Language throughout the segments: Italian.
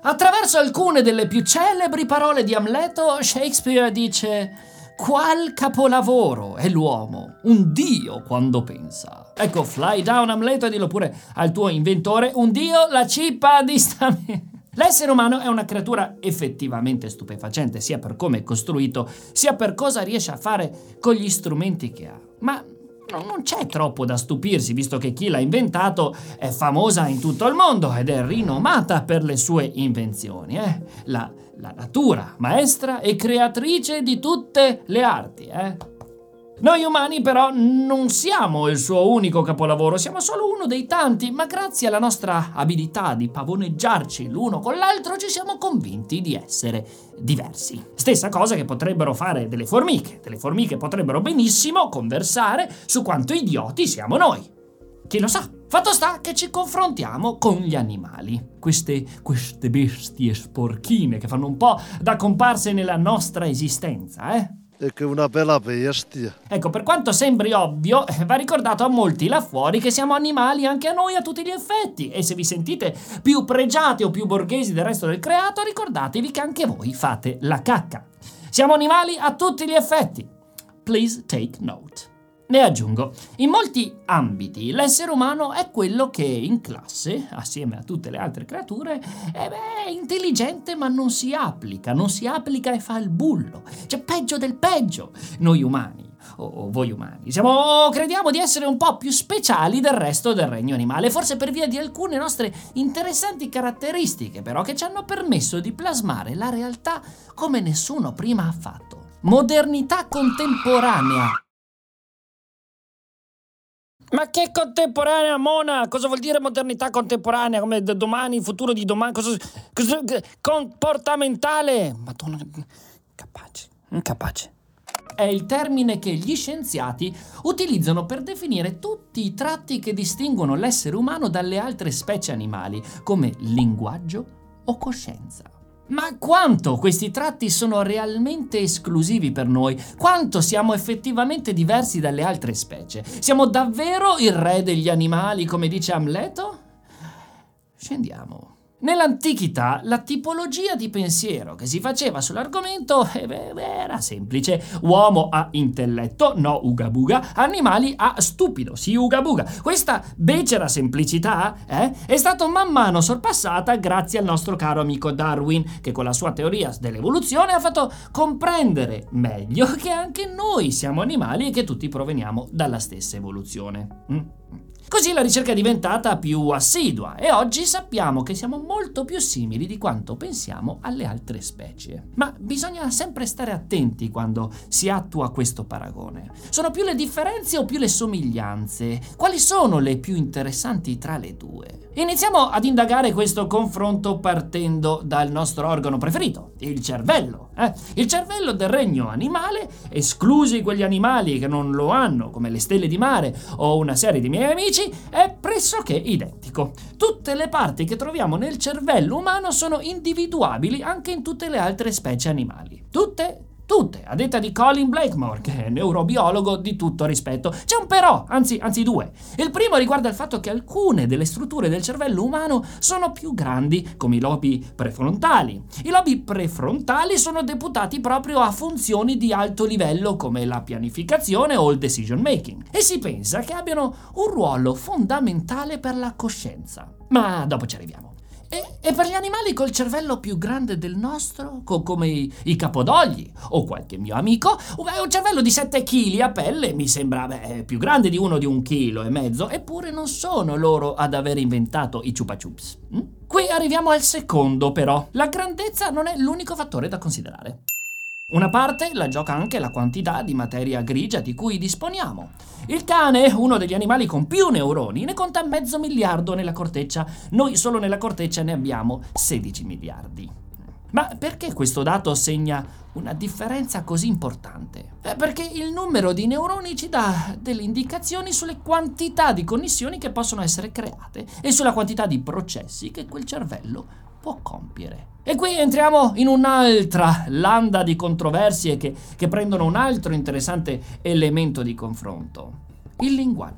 Attraverso alcune delle più celebri parole di Amleto, Shakespeare dice: qual capolavoro è l'uomo, un dio quando pensa. Ecco, fly down Amleto e dillo pure al tuo inventore: un dio, la cippa di stamina. L'essere umano è una creatura effettivamente stupefacente, sia per come è costruito, sia per cosa riesce a fare con gli strumenti che ha. Ma non c'è troppo da stupirsi, visto che chi l'ha inventato è famosa in tutto il mondo ed è rinomata per le sue invenzioni. La natura, maestra e creatrice di tutte le arti. Noi umani però non siamo il suo unico capolavoro, siamo solo uno dei tanti, ma grazie alla nostra abilità di pavoneggiarci l'uno con l'altro ci siamo convinti di essere diversi. Stessa cosa che potrebbero fare delle formiche. Delle formiche potrebbero benissimo conversare su quanto idioti siamo noi. Chi lo sa? Fatto sta che ci confrontiamo con gli animali. Queste bestie sporchine che fanno un po' da comparse nella nostra esistenza, È che una bella bestia. Ecco, per quanto sembri ovvio, va ricordato a molti là fuori che siamo animali anche a noi a tutti gli effetti. E se vi sentite più pregiati o più borghesi del resto del creato, ricordatevi che anche voi fate la cacca. Siamo animali a tutti gli effetti. Please take note. Ne aggiungo, in molti ambiti l'essere umano è quello che in classe, assieme a tutte le altre creature, è intelligente ma non si applica e fa il bullo. Cioè, peggio del peggio. Noi umani, o voi umani, crediamo di essere un po' più speciali del resto del regno animale, forse per via di alcune nostre interessanti caratteristiche, però, che ci hanno permesso di plasmare la realtà come nessuno prima ha fatto. Modernità contemporanea. Ma che contemporanea, Mona? Cosa vuol dire modernità contemporanea? Come domani, futuro di domani? Cosa comportamentale? Madonna, incapace. È il termine che gli scienziati utilizzano per definire tutti i tratti che distinguono l'essere umano dalle altre specie animali, come linguaggio o coscienza. Ma quanto questi tratti sono realmente esclusivi per noi? Quanto siamo effettivamente diversi dalle altre specie? Siamo davvero il re degli animali, come dice Amleto? Scendiamo. Nell'antichità la tipologia di pensiero che si faceva sull'argomento era semplice. Uomo a intelletto, no uga buga, animali a stupido, sì uga buga. Questa becera semplicità è stata man mano sorpassata grazie al nostro caro amico Darwin, che con la sua teoria dell'evoluzione ha fatto comprendere meglio che anche noi siamo animali e che tutti proveniamo dalla stessa evoluzione. Così la ricerca è diventata più assidua e oggi sappiamo che siamo molto più simili di quanto pensiamo alle altre specie. Ma bisogna sempre stare attenti quando si attua questo paragone. Sono più le differenze o più le somiglianze? Quali sono le più interessanti tra le due? Iniziamo ad indagare questo confronto partendo dal nostro organo preferito, il cervello. Il cervello del regno animale, esclusi quegli animali che non lo hanno, come le stelle di mare o una serie di miei amici, è pressoché identico. Tutte le parti che troviamo nel cervello umano sono individuabili anche in tutte le altre specie animali. Tutte, a detta di Colin Blakemore, che è neurobiologo di tutto rispetto. C'è un però, anzi due. Il primo riguarda il fatto che alcune delle strutture del cervello umano sono più grandi, come i lobi prefrontali. I lobi prefrontali sono deputati proprio a funzioni di alto livello come la pianificazione o il decision making, e si pensa che abbiano un ruolo fondamentale per la coscienza. Ma dopo ci arriviamo. E per gli animali col cervello più grande del nostro, come i capodogli o qualche mio amico, un cervello di 7 kg a pelle mi sembra più grande di uno di 1,5 kg, eppure non sono loro ad aver inventato i chupa chups. Qui arriviamo al secondo però. La grandezza non è l'unico fattore da considerare. Una parte la gioca anche la quantità di materia grigia di cui disponiamo. Il cane, uno degli animali con più neuroni, ne conta 500 miliardi nella corteccia. Noi solo nella corteccia ne abbiamo 16 miliardi. Ma perché questo dato segna una differenza così importante? Perché il numero di neuroni ci dà delle indicazioni sulle quantità di connessioni che possono essere create e sulla quantità di processi che quel cervello può compiere. E qui entriamo in un'altra landa di controversie che prendono un altro interessante elemento di confronto: il linguaggio.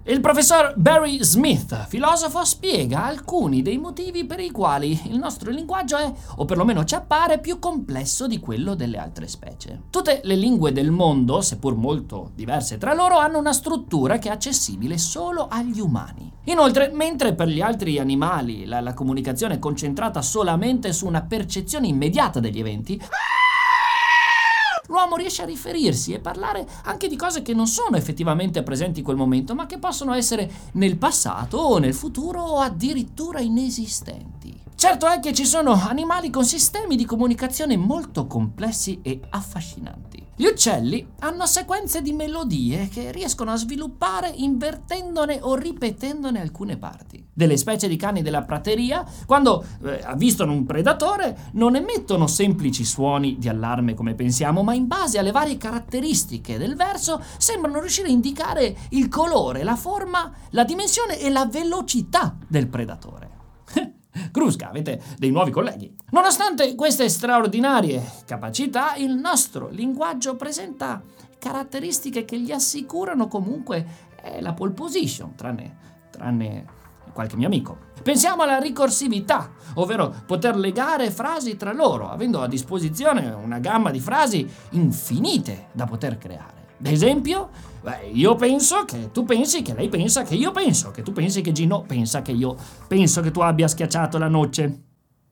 Il professor Barry Smith, filosofo, spiega alcuni dei motivi per i quali il nostro linguaggio è, o perlomeno ci appare, più complesso di quello delle altre specie. Tutte le lingue del mondo, seppur molto diverse tra loro, hanno una struttura che è accessibile solo agli umani. Inoltre, mentre per gli altri animali la comunicazione è concentrata solamente su una percezione immediata degli eventi, l'uomo riesce a riferirsi e parlare anche di cose che non sono effettivamente presenti in quel momento, ma che possono essere nel passato o nel futuro o addirittura inesistenti. Certo è che ci sono animali con sistemi di comunicazione molto complessi e affascinanti. Gli uccelli hanno sequenze di melodie che riescono a sviluppare invertendone o ripetendone alcune parti. Delle specie di cani della prateria, quando avvistano un predatore, non emettono semplici suoni di allarme come pensiamo, ma in base alle varie caratteristiche del verso sembrano riuscire a indicare il colore, la forma, la dimensione e la velocità del predatore. Krusca, avete dei nuovi colleghi. Nonostante queste straordinarie capacità, il nostro linguaggio presenta caratteristiche che gli assicurano comunque la pole position, tranne qualche mio amico. Pensiamo alla ricorsività, ovvero poter legare frasi tra loro, avendo a disposizione una gamma di frasi infinite da poter creare. Ad esempio, io penso che tu pensi che lei pensa che io penso, che tu pensi che Gino pensa che io penso che tu abbia schiacciato la noce.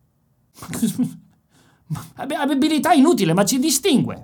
Abilità inutile, ma ci distingue.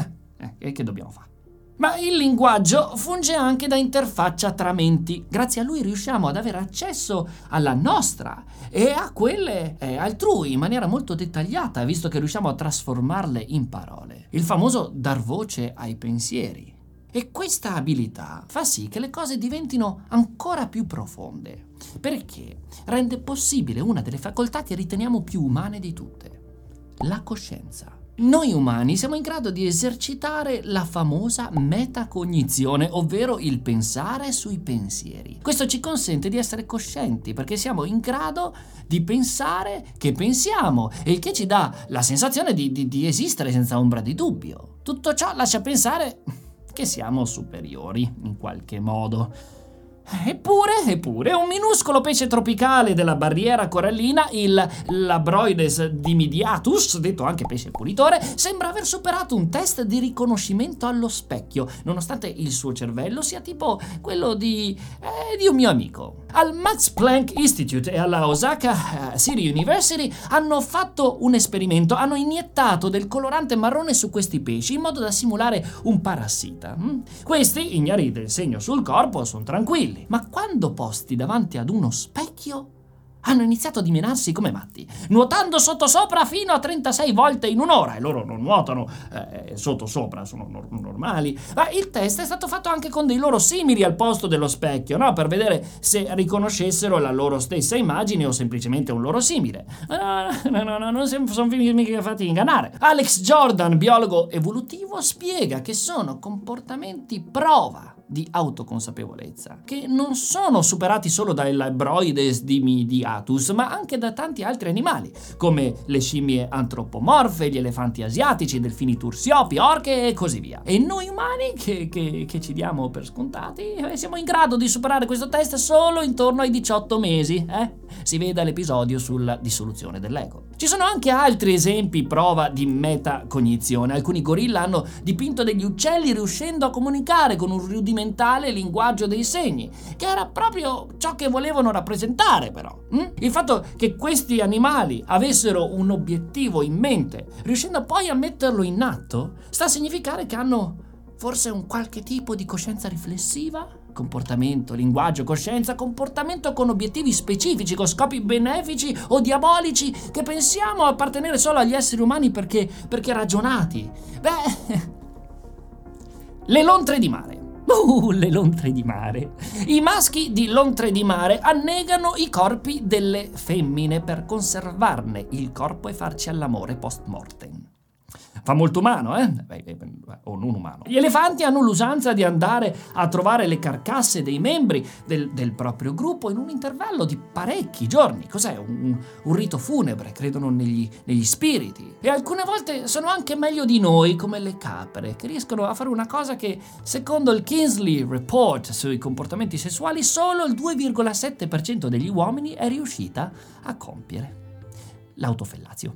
E che dobbiamo fare? Ma il linguaggio funge anche da interfaccia tra menti. Grazie a lui riusciamo ad avere accesso alla nostra e a quelle altrui in maniera molto dettagliata, visto che riusciamo a trasformarle in parole. Il famoso dar voce ai pensieri. E questa abilità fa sì che le cose diventino ancora più profonde, perché rende possibile una delle facoltà che riteniamo più umane di tutte, la coscienza. Noi umani siamo in grado di esercitare la famosa metacognizione, ovvero il pensare sui pensieri. Questo ci consente di essere coscienti, perché siamo in grado di pensare che pensiamo, e il che ci dà la sensazione di esistere senza ombra di dubbio. Tutto ciò lascia pensare che siamo superiori in qualche modo. Eppure, un minuscolo pesce tropicale della barriera corallina, il Labroides dimidiatus, detto anche pesce pulitore, sembra aver superato un test di riconoscimento allo specchio, nonostante il suo cervello sia tipo quello di un mio amico. Al Max Planck Institute e alla Osaka City University hanno fatto un esperimento, hanno iniettato del colorante marrone su questi pesci in modo da simulare un parassita. Questi, ignari del segno sul corpo, sono tranquilli. Ma quando posti davanti ad uno specchio, hanno iniziato a dimenarsi come matti, nuotando sottosopra fino a 36 volte in un'ora, e loro non nuotano sottosopra, sono normali. Ma il test è stato fatto anche con dei loro simili al posto dello specchio, no? Per vedere se riconoscessero la loro stessa immagine o semplicemente un loro simile. No, non sono mica fatti ingannare. Alex Jordan, biologo evolutivo, spiega che sono comportamenti prova di autoconsapevolezza, che non sono superati solo dai Labroides dimidiatus, ma anche da tanti altri animali, come le scimmie antropomorfe, gli elefanti asiatici, i delfini tursiopi, orche e così via. E noi umani, che ci diamo per scontati, siamo in grado di superare questo test solo intorno ai 18 mesi, Si veda l'episodio sulla dissoluzione dell'ego. Ci sono anche altri esempi prova di metacognizione. Alcuni gorilla hanno dipinto degli uccelli riuscendo a comunicare con un rudimentale linguaggio dei segni, che era proprio ciò che volevano rappresentare, però. Il fatto che questi animali avessero un obiettivo in mente, riuscendo poi a metterlo in atto, sta a significare che hanno forse un qualche tipo di coscienza riflessiva? Comportamento, linguaggio, coscienza, comportamento con obiettivi specifici, con scopi benefici o diabolici, che pensiamo appartenere solo agli esseri umani perché ragionati. Le lontre di mare. Le lontre di mare. I maschi di lontre di mare annegano i corpi delle femmine per conservarne il corpo e farci all'amore post mortem. Fa molto umano, o non umano. Gli elefanti hanno l'usanza di andare a trovare le carcasse dei membri del proprio gruppo in un intervallo di parecchi giorni. Cos'è? Un rito funebre, credono negli spiriti. E alcune volte sono anche meglio di noi, come le capre, che riescono a fare una cosa che, secondo il Kinsey Report sui comportamenti sessuali, solo il 2,7% degli uomini è riuscita a compiere: l'autofellazio.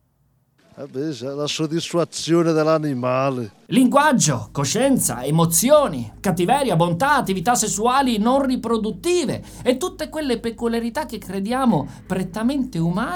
C'è la soddisfazione dell'animale. Linguaggio, coscienza, emozioni, cattiveria, bontà, attività sessuali non riproduttive e tutte quelle peculiarità che crediamo prettamente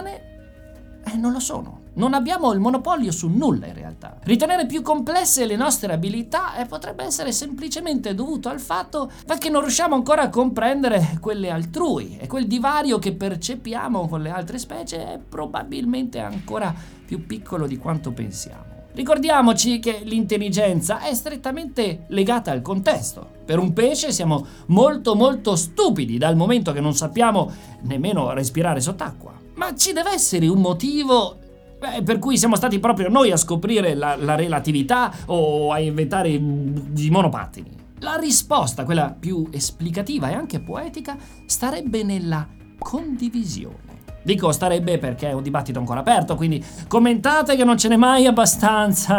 umane, non lo sono. Non abbiamo il monopolio su nulla in realtà. Ritenere più complesse le nostre abilità potrebbe essere semplicemente dovuto al fatto che non riusciamo ancora a comprendere quelle altrui, e quel divario che percepiamo con le altre specie è probabilmente ancora più piccolo di quanto pensiamo. Ricordiamoci che l'intelligenza è strettamente legata al contesto. Per un pesce siamo molto molto stupidi dal momento che non sappiamo nemmeno respirare sott'acqua. Ma ci deve essere un motivo per cui siamo stati proprio noi a scoprire la relatività o a inventare i monopattini? La risposta, quella più esplicativa e anche poetica, starebbe nella condivisione. Dico starebbe perché è un dibattito ancora aperto, quindi commentate che non ce n'è mai abbastanza.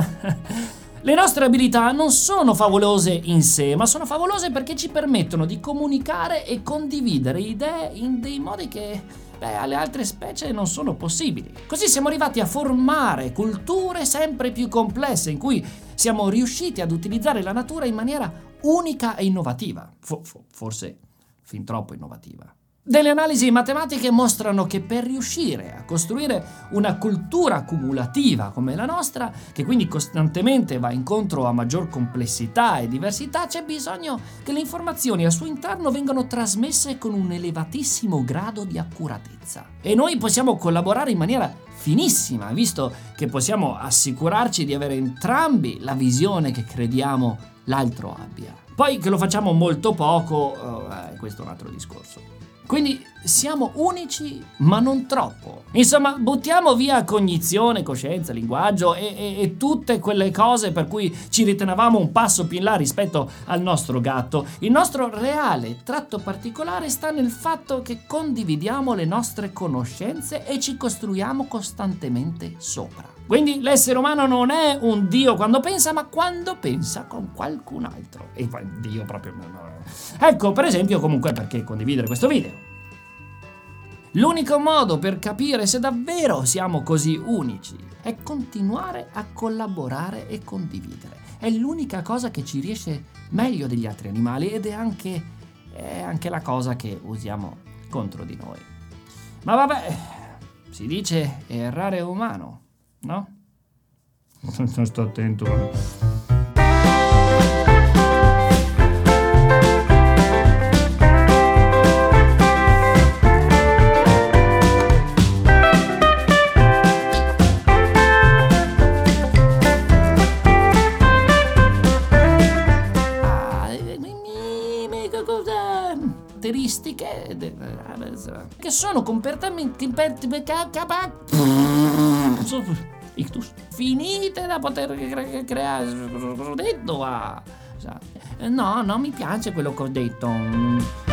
Le nostre abilità non sono favolose in sé, ma sono favolose perché ci permettono di comunicare e condividere idee in dei modi che alle altre specie non sono possibili. Così siamo arrivati a formare culture sempre più complesse in cui siamo riusciti ad utilizzare la natura in maniera unica e innovativa. Forse fin troppo innovativa. Delle analisi matematiche mostrano che per riuscire a costruire una cultura cumulativa come la nostra, che quindi costantemente va incontro a maggior complessità e diversità, c'è bisogno che le informazioni al suo interno vengano trasmesse con un elevatissimo grado di accuratezza. E noi possiamo collaborare in maniera finissima, visto che possiamo assicurarci di avere entrambi la visione che crediamo l'altro abbia. Poi che lo facciamo molto poco, questo è un altro discorso. Quindi siamo unici, ma non troppo. Insomma, buttiamo via cognizione, coscienza, linguaggio e tutte quelle cose per cui ci ritenevamo un passo più in là rispetto al nostro gatto. Il nostro reale tratto particolare sta nel fatto che condividiamo le nostre conoscenze e ci costruiamo costantemente sopra. Quindi l'essere umano non è un dio quando pensa, ma quando pensa con qualcun altro. E Dio proprio no. Ecco, per esempio, comunque, perché condividere questo video? L'unico modo per capire se davvero siamo così unici è continuare a collaborare e condividere. È l'unica cosa che ci riesce meglio degli altri animali ed è anche la cosa che usiamo contro di noi. Ma vabbè, si dice errare è umano, no? Sto attento. Caratteristiche che sono completamente ictus finite da poter creare. Detto no, non mi piace quello che ho detto.